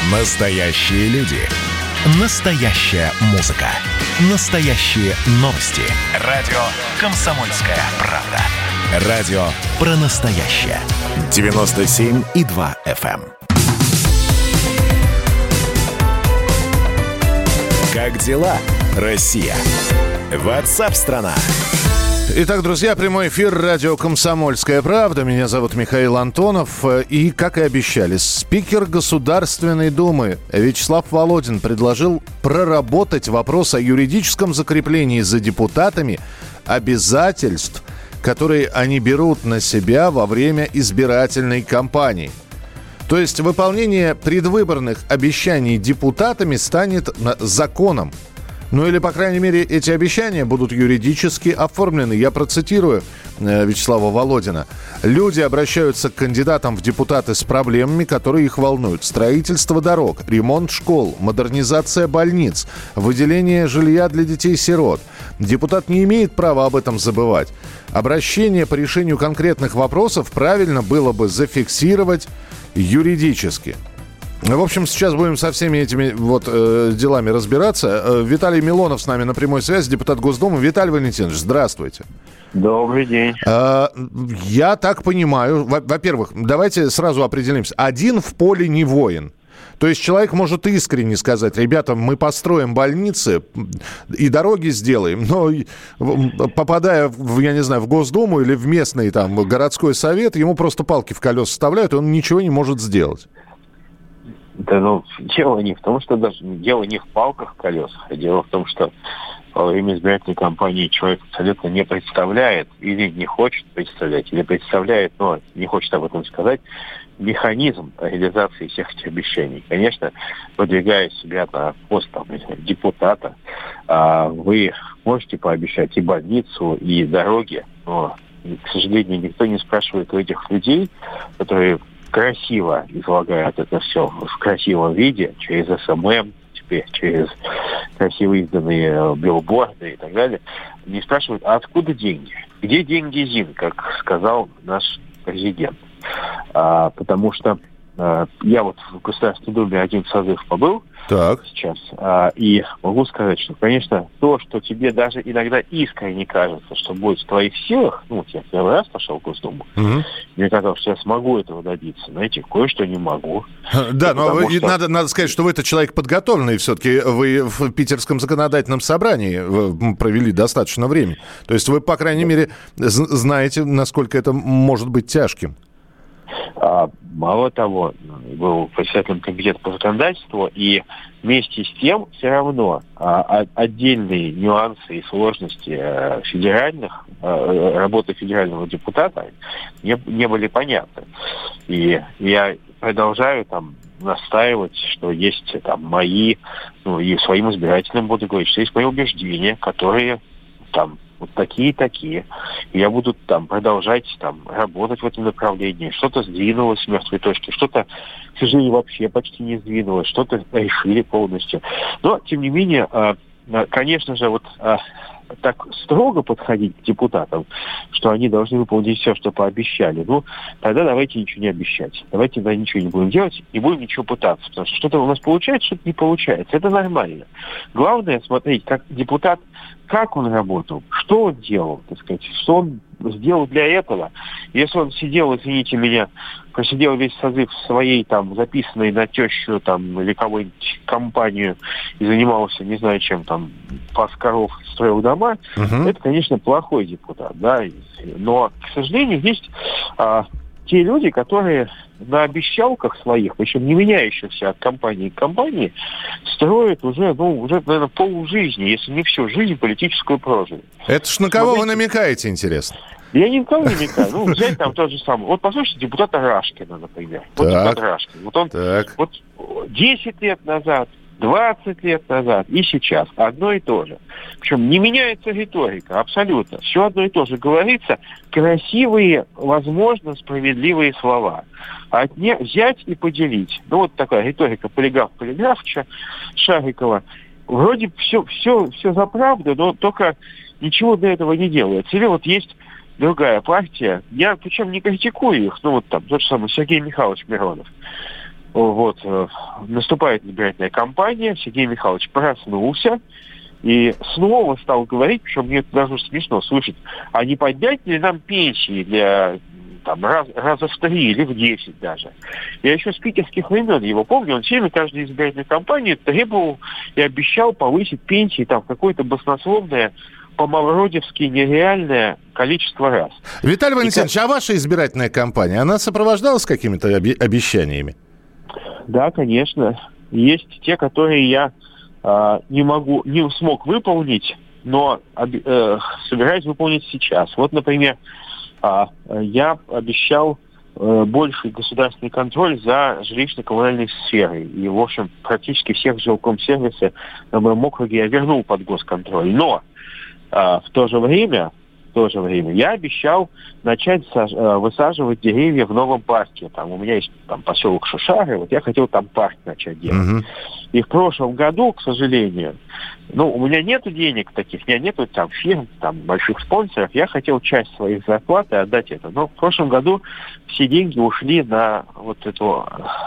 Настоящие люди. Настоящая музыка. Настоящие новости. Радио «Комсомольская правда». Радио про настоящее. 97,2 FM. Как дела, Россия? WhatsApp-страна. Итак, друзья, прямой эфир радио «Комсомольская правда». Меня зовут Михаил Антонов. И, как и обещали, спикер Государственной Думы Вячеслав Володин предложил проработать вопрос о юридическом закреплении за депутатами обязательств, которые они берут на себя во время избирательной кампании. То есть выполнение предвыборных обещаний депутатами станет законом. Ну или, по крайней мере, эти обещания будут юридически оформлены. Я процитирую Вячеслава Володина. «Люди обращаются к кандидатам в депутаты с проблемами, которые их волнуют. Строительство дорог, ремонт школ, модернизация больниц, выделение жилья для детей-сирот. Депутат не имеет права об этом забывать. Обращение по решению конкретных вопросов правильно было бы зафиксировать юридически». В общем, сейчас будем со всеми этими делами разбираться. Виталий Милонов с нами на прямой связи, депутат Госдумы. Виталий Валентинович, здравствуйте. Добрый день. Я так понимаю, во-первых, давайте сразу определимся. Один в поле не воин. То есть человек может искренне сказать: ребята, мы построим больницы и дороги сделаем, но попадая в Госдуму или в местный городской совет, ему просто палки в колеса вставляют, и он ничего не может сделать. Да, дело не в том, что дело не в палках в колесах, а дело в том, что во время избирательной кампании человек абсолютно не представляет или не хочет представлять, или представляет, но не хочет об этом сказать, механизм реализации всех этих обещаний. Конечно, выдвигая себя на пост депутата, вы можете пообещать и больницу, и дороги, но, к сожалению, никто не спрашивает у этих людей, которые красиво излагают это все в красивом виде, через СММ, теперь через красиво изданные билборды и так далее, не спрашивают, а откуда деньги? Где деньги ЗИН, как сказал наш президент? Потому что я в Государственной Думе один созыв побыл сейчас, и могу сказать, что, конечно, то, что тебе даже иногда искренне кажется, что будет в твоих силах, я первый раз пошел в Госдуму, мне казалось, что я смогу этого добиться, знаете, кое-что не могу. Да, но надо сказать, что вы-то человек подготовленный, все-таки вы в Питерском законодательном собрании провели достаточно времени, то есть вы, по крайней мере, знаете, насколько это может быть тяжким. Мало того, был председателем комитета по законодательству, и вместе с тем все равно отдельные нюансы и сложности работы федерального депутата не были понятны. И я продолжаю настаивать, что есть мои, и своим избирателям буду говорить, что есть мои убеждения, которые вот такие. И я буду продолжать работать в этом направлении. Что-то сдвинулось с мертвой точки, что-то, к сожалению, вообще почти не сдвинулось, что-то решили полностью. Но, тем не менее, конечно же, так строго подходить к депутатам, что они должны выполнить все, что пообещали, тогда давайте ничего не обещать. Давайте ничего не будем делать, не будем ничего пытаться. Потому что что-то у нас получается, что-то не получается. Это нормально. Главное смотреть, как депутат, как он работал, что он делал, что он сделал для этого. Если он сидел, извините меня, просидел весь созыв своей записанной на тещу или кого-нибудь компанию и занимался, не знаю чем, пас коров, строил дома, это, конечно, плохой депутат, да. Но, к сожалению, есть те люди, которые на обещалках своих, причем не меняющихся от компании к компании, строят уже, наверное, полжизни, если не всю жизнь политическую прожили. Это ж на кого вы намекаете, интересно? Я ни на кого не намекаю. Взять тот же самый. Послушайте депутата Рашкина, например. Депутат Рашкин. Он 10 лет назад, 20 лет назад и сейчас одно и то же. Причем не меняется риторика, абсолютно. Все одно и то же говорится. Красивые, возможно, справедливые слова. Взять и поделить. Такая риторика полиграфа Шарикова. Вроде все за правду, но только ничего для этого не делается. Или есть другая партия. Я причем не критикую их. Тот же самый Сергей Михайлович Миронов. Вот, наступает избирательная кампания, Сергей Михайлович проснулся и снова стал говорить, причем мне это даже смешно слышать, а не поднять ли нам пенсии для там, раза в 3 или в 10 даже. Я еще с питерских времен его помню, он все время каждой избирательной кампании требовал и обещал повысить пенсии там в какое-то баснословное, по-мавродевски нереальное количество раз. Виталий Валентинович, а ваша избирательная кампания, она сопровождалась какими-то обещаниями? Да, конечно. Есть те, которые я не смог выполнить, но собираюсь выполнить сейчас. Вот, например, я обещал больший государственный контроль за жилищно-коммунальной сферой. И, в общем, практически всех жилкомсервисы на моем округе я вернул под госконтроль. Но в то же время я обещал начать высаживать деревья в новом парке. Там у меня есть там поселок Шушары, вот я хотел там парк начать делать. И в прошлом году, к сожалению, у меня нету денег таких, у меня нету там фирм, там больших спонсоров. Я хотел часть своих зарплаты отдать это. Но в прошлом году все деньги ушли на вот эту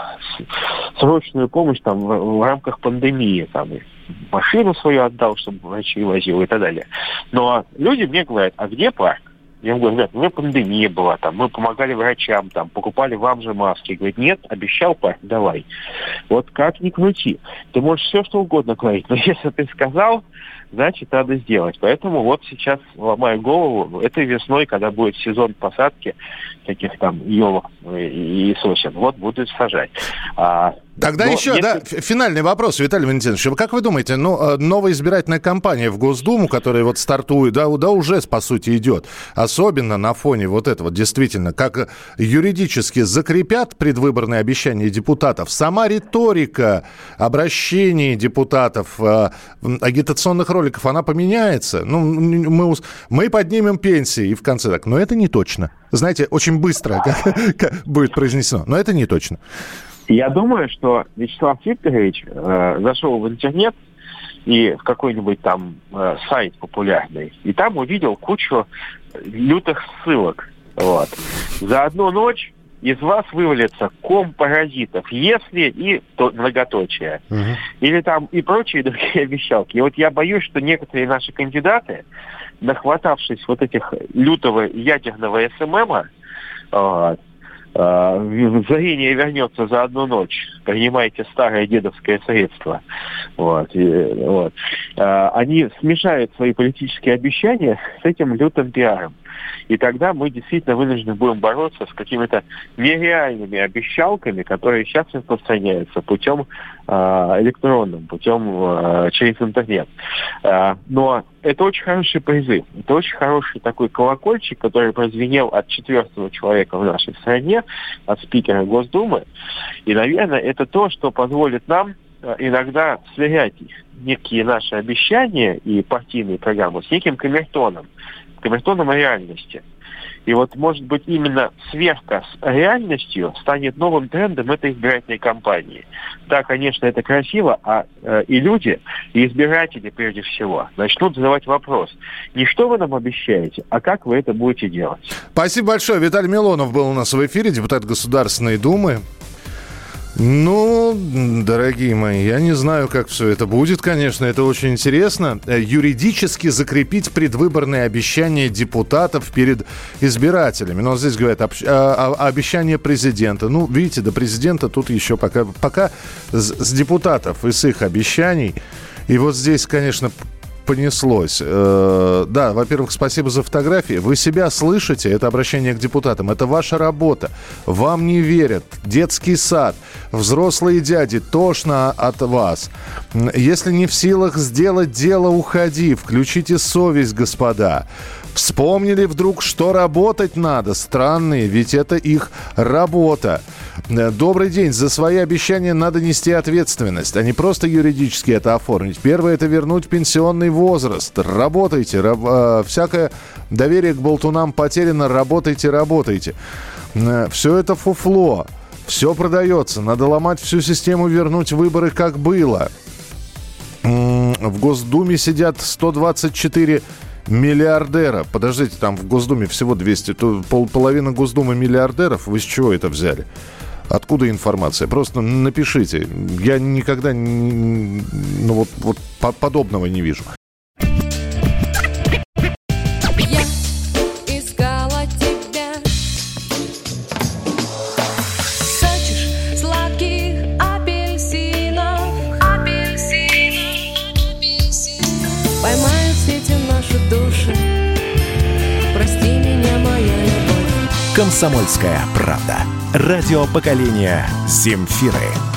срочную помощь там в рамках пандемии. Там и машину свою отдал, чтобы врачи возил и так далее. Но люди мне говорят, а где парк? Я говорю, ребят, у меня пандемия была, там, мы помогали врачам, там, покупали вам же маски. Говорит, нет, обещал парк, давай. Вот как ни крути. Ты можешь все, что угодно говорить, но если ты сказал, значит, надо сделать. Поэтому вот сейчас ломаю голову. Этой весной, когда будет сезон посадки таких там елок и сосен, вот будут сажать. Тогда еще, финальный вопрос, Виталий Валентинович. Как вы думаете, новая избирательная кампания в Госдуму, которая вот стартует, да уже, по сути, идет, особенно на фоне вот этого, действительно, как юридически закрепят предвыборные обещания депутатов, сама риторика обращений депутатов, агитационных роликов, она поменяется. Мы поднимем пенсии, и в конце так. Но это не точно. Знаете, очень быстро будет произнесено, но это не точно. Я думаю, что Вячеслав Викторович зашел в интернет и в какой-нибудь там сайт популярный, и там увидел кучу лютых ссылок. Вот. За одну ночь из вас вывалится ком паразитов, если и то многоточие. Или там и прочие другие обещалки. И вот я боюсь, что некоторые наши кандидаты, нахватавшись вот этих лютого ядерного СММа, зрение вернется за одну ночь. Принимайте старое дедовское средство. Они смешают свои политические обещания с этим лютым пиаром. И тогда мы действительно вынуждены будем бороться с какими-то нереальными обещалками, которые сейчас распространяются путем электронным, путем через интернет. Но это очень хороший призыв. Это очень хороший такой колокольчик, который прозвенел от 4-го человека в нашей стране, от спикера Госдумы. И, наверное, это то, что позволит нам иногда сверять некие наши обещания и партийные программы с неким камертоном реальности. И вот, может быть, именно сверка с реальностью станет новым трендом этой избирательной кампании. Да, конечно, это красиво, и люди, и избиратели, прежде всего, начнут задавать вопрос. Не что вы нам обещаете, а как вы это будете делать. Спасибо большое. Виталий Милонов был у нас в эфире, депутат Государственной Думы. Дорогие мои, я не знаю, как все это будет, конечно, это очень интересно. Юридически закрепить предвыборные обещания депутатов перед избирателями. Но здесь говорят обещание президента. Видите, до президента тут еще пока с депутатов и с их обещаний. И вот здесь, конечно, понеслось. Да, во-первых, спасибо за фотографии. Вы себя слышите? Это обращение к депутатам. Это ваша работа. Вам не верят. Детский сад. Взрослые дяди. Тошно от вас. Если не в силах сделать дело, уходи. Включите совесть, господа. Вспомнили вдруг, что работать надо. Странные, ведь это их работа. Добрый день. За свои обещания надо нести ответственность, а не просто юридически это оформить. Первое – это вернуть пенсионный возраст. Работайте. Всякое доверие к болтунам потеряно. Работайте. Все это фуфло. Все продается. Надо ломать всю систему, вернуть выборы, как было. В Госдуме сидят 124 миллиардера. Подождите, там в Госдуме всего 200. Половина Госдумы миллиардеров. Вы с чего это взяли? Откуда информация? Просто напишите. Я никогда подобного не вижу. «Комсомольская правда». Радио поколения Земфиры.